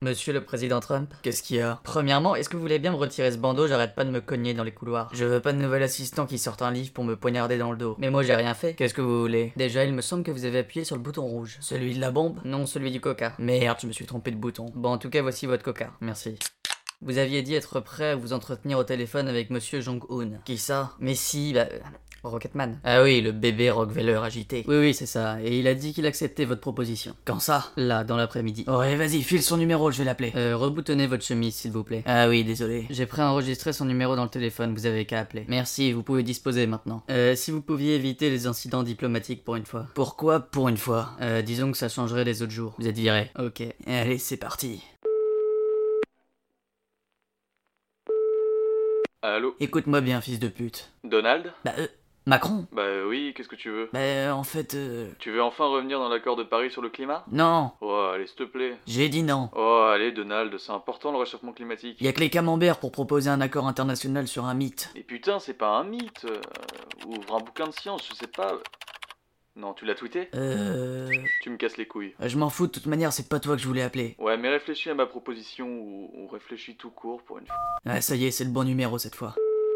Monsieur le président Trump, qu'est-ce qu'il y a? Premièrement, est-ce que vous voulez bien me retirer ce bandeau? J'arrête pas de me cogner dans les couloirs. Je veux pas de nouvel assistant qui sorte un livre pour me poignarder dans le dos. Mais moi j'ai rien fait. Qu'est-ce que vous voulez? Déjà, il me semble que vous avez appuyé sur le bouton rouge. Celui de la bombe? Non, celui du coca. Merde, je me suis trompé de bouton. Bon, en tout cas, voici votre coca. Merci. Vous aviez dit être prêt à vous entretenir au téléphone avec Monsieur Jong-un. Qui ça? Mais si, Rocketman. Ah oui, le bébé Rockefeller agité. Oui, c'est ça. Et il a dit qu'il acceptait votre proposition. Quand ça? Là, dans l'après-midi. Ouais, vas-y, file son numéro, je vais l'appeler. Reboutonnez votre chemise, s'il vous plaît. Ah oui, désolé. J'ai préenregistré son numéro dans le téléphone, vous avez qu'à appeler. Merci, vous pouvez disposer maintenant. Si vous pouviez éviter les incidents diplomatiques pour une fois. Pourquoi pour une fois? Disons que ça changerait les autres jours. Vous êtes viré. Ok. Allez, c'est parti. Allô? Écoute-moi bien, fils de pute. Donald? Macron? Bah oui, qu'est-ce que tu veux? En fait, Tu veux enfin revenir dans l'accord de Paris sur le climat? Non, Oh, allez, s'il te plaît. j'ai dit non. Oh, allez, Donald, c'est important le réchauffement climatique. Y a que les camemberts pour proposer un accord international sur un mythe. Mais putain, c'est pas un mythe. Ouvre un bouquin de science, je sais pas. Non, tu l'as tweeté? Tu me casses les couilles. Je m'en fous, de toute manière, c'est pas toi que je voulais appeler. Ouais, mais réfléchis à ma proposition ou réfléchis tout court pour une fois. Ah, ça y est, c'est le bon numéro cette fois.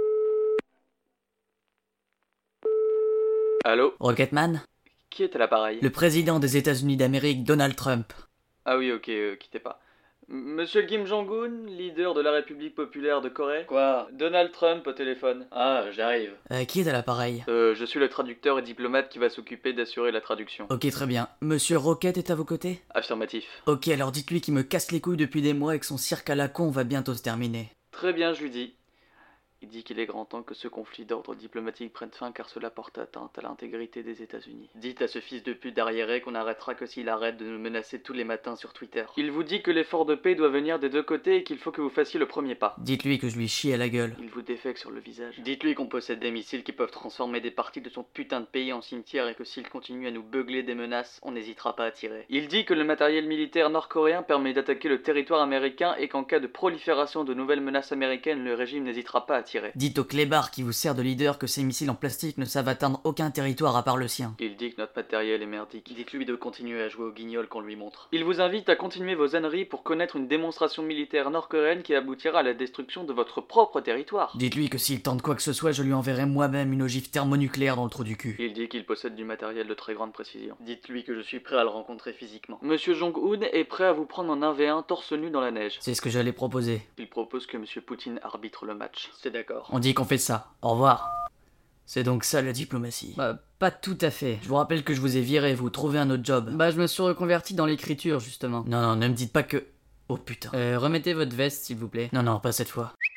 Allô? Rocketman? Qui est à l'appareil? Le président des États-Unis d'Amérique, Donald Trump. Ah oui, ok, quittez pas. Monsieur Kim Jong-un, leader de la République populaire de Corée? Quoi? Donald Trump au téléphone. Ah, j'arrive. Qui est à l'appareil? Je suis le traducteur et diplomate qui va s'occuper d'assurer la traduction. Ok, très bien. Monsieur Rocket est à vos côtés? Affirmatif. Ok, alors dites-lui qu'il me casse les couilles depuis des mois et que son cirque à la con va bientôt se terminer. Très bien, je lui dis. Il dit qu'il est grand temps que ce conflit d'ordre diplomatique prenne fin car cela porte atteinte à l'intégrité des États-Unis. Dites à ce fils de pute d'arriéré qu'on n'arrêtera que s'il arrête de nous menacer tous les matins sur Twitter. Il vous dit que l'effort de paix doit venir des deux côtés et qu'il faut que vous fassiez le premier pas. Dites-lui que je lui chie à la gueule. Il vous défecte sur le visage. Dites-lui qu'on possède des missiles qui peuvent transformer des parties de son putain de pays en cimetière et que s'il continue à nous beugler des menaces, on n'hésitera pas à tirer. Il dit que le matériel militaire nord-coréen permet d'attaquer le territoire américain et qu'en cas de prolifération de nouvelles menaces américaines, le régime n'hésitera pas à tirer. Dites au clébard qui vous sert de leader que ces missiles en plastique ne savent atteindre aucun territoire à part le sien. Il dit que notre matériel est merdique. Dites-lui de continuer à jouer au guignol qu'on lui montre. Il vous invite à continuer vos âneries pour connaître une démonstration militaire nord-coréenne qui aboutira à la destruction de votre propre territoire. Dites-lui que s'il tente quoi que ce soit, je lui enverrai moi-même une ogive thermonucléaire dans le trou du cul. Il dit qu'il possède du matériel de très grande précision. Dites-lui que je suis prêt à le rencontrer physiquement. Monsieur Jong-un est prêt à vous prendre en 1v1 torse nu dans la neige. C'est ce que j'allais proposer. Il propose que Monsieur Poutine arbitre le match. C'est d'accord. On dit qu'on fait ça. Au revoir. C'est donc ça la diplomatie. Pas tout à fait. Je vous rappelle que je vous ai viré, vous trouvez un autre job. Je me suis reconverti dans l'écriture, justement. Non, ne me dites pas que... Oh putain. Remettez votre veste, s'il vous plaît. Non, pas cette fois.